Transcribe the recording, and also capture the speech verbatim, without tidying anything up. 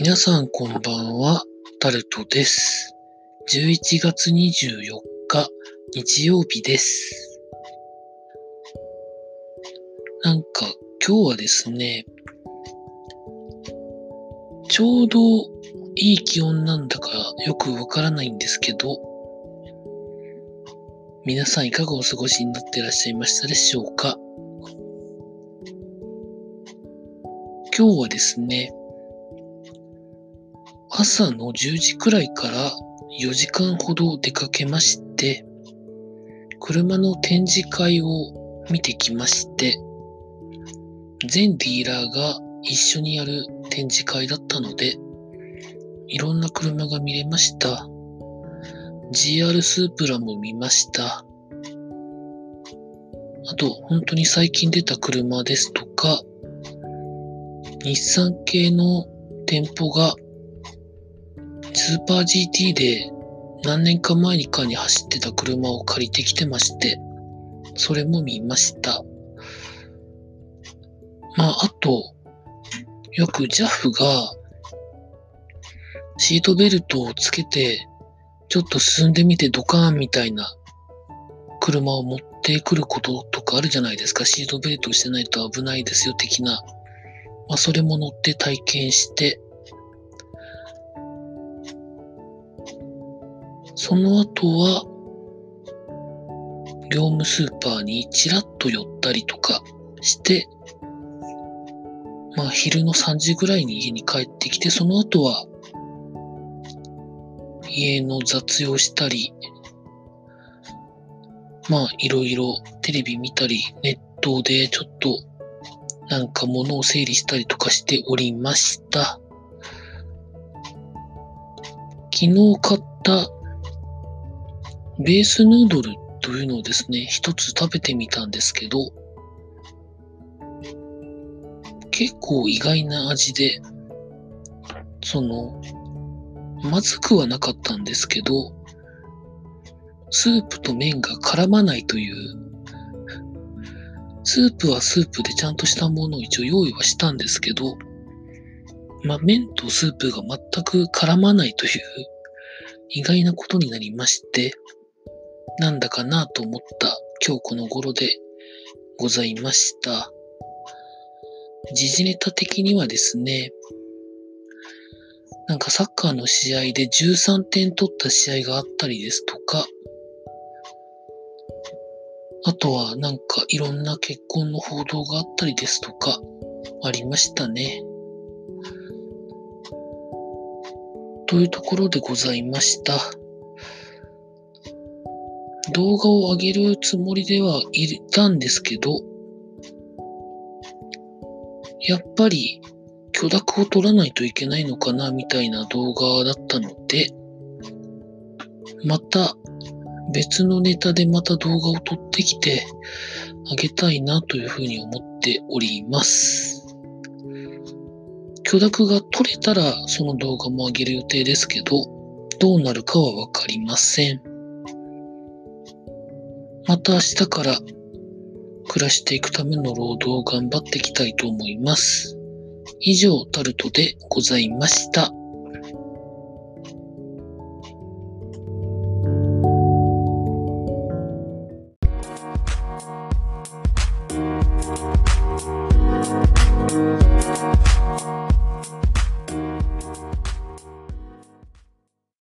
皆さんこんばんは、タルトです。じゅういちがつにじゅうよっか、日曜日です。なんか今日はですね、ちょうどいい気温なんだかよくわからないんですけど、皆さんいかがお過ごしになっていらっしゃいましたでしょうか。今日はですね、朝のじゅうじくらいからよじかんほど出かけまして、車の展示会を見てきまして、全ディーラーが一緒にやる展示会だったので、いろんな車が見れました。ジーアール スープラも見ました。あと、本当に最近出た車ですとか、日産系の店舗がスーパー ジーティー で何年か前にかに走ってた車を借りてきてまして、それも見ました。まあ、あと、よく ジャフ がシートベルトをつけて、ちょっと進んでみてドカーンみたいな車を持ってくることとかあるじゃないですか。シートベルトをしてないと危ないですよ的な。まあ、それも乗って体験して、その後は、業務スーパーにちらっと寄ったりとかして、まあ昼のさんじぐらいに家に帰ってきて、その後は家の雑用したり、まあいろいろテレビ見たり、ネットでちょっとなんか物を整理したりとかしておりました。昨日買ったベースヌードルというのをですね、一つ食べてみたんですけど、結構意外な味で、その、まずくはなかったんですけど、スープと麺が絡まないという、スープはスープでちゃんとしたものを一応用意はしたんですけど、まあ、麺とスープが全く絡まないという意外なことになりまして、なんだかなと思った今日この頃でございました。時事ネタ的にはですね、なんかサッカーの試合でじゅうさんてん取った試合があったりですとか、あとはなんかいろんな結婚の報道があったりですとかありましたね。というところでございました。動画を上げるつもりではいたんですけど、やっぱり許諾を取らないといけないのかなみたいな動画だったので、また別のネタでまた動画を撮ってきてあげたいなというふうに思っております。許諾が取れたらその動画も上げる予定ですけど、どうなるかはわかりません。また明日から暮らしていくための労働を頑張っていきたいと思います。以上、タルトでございました。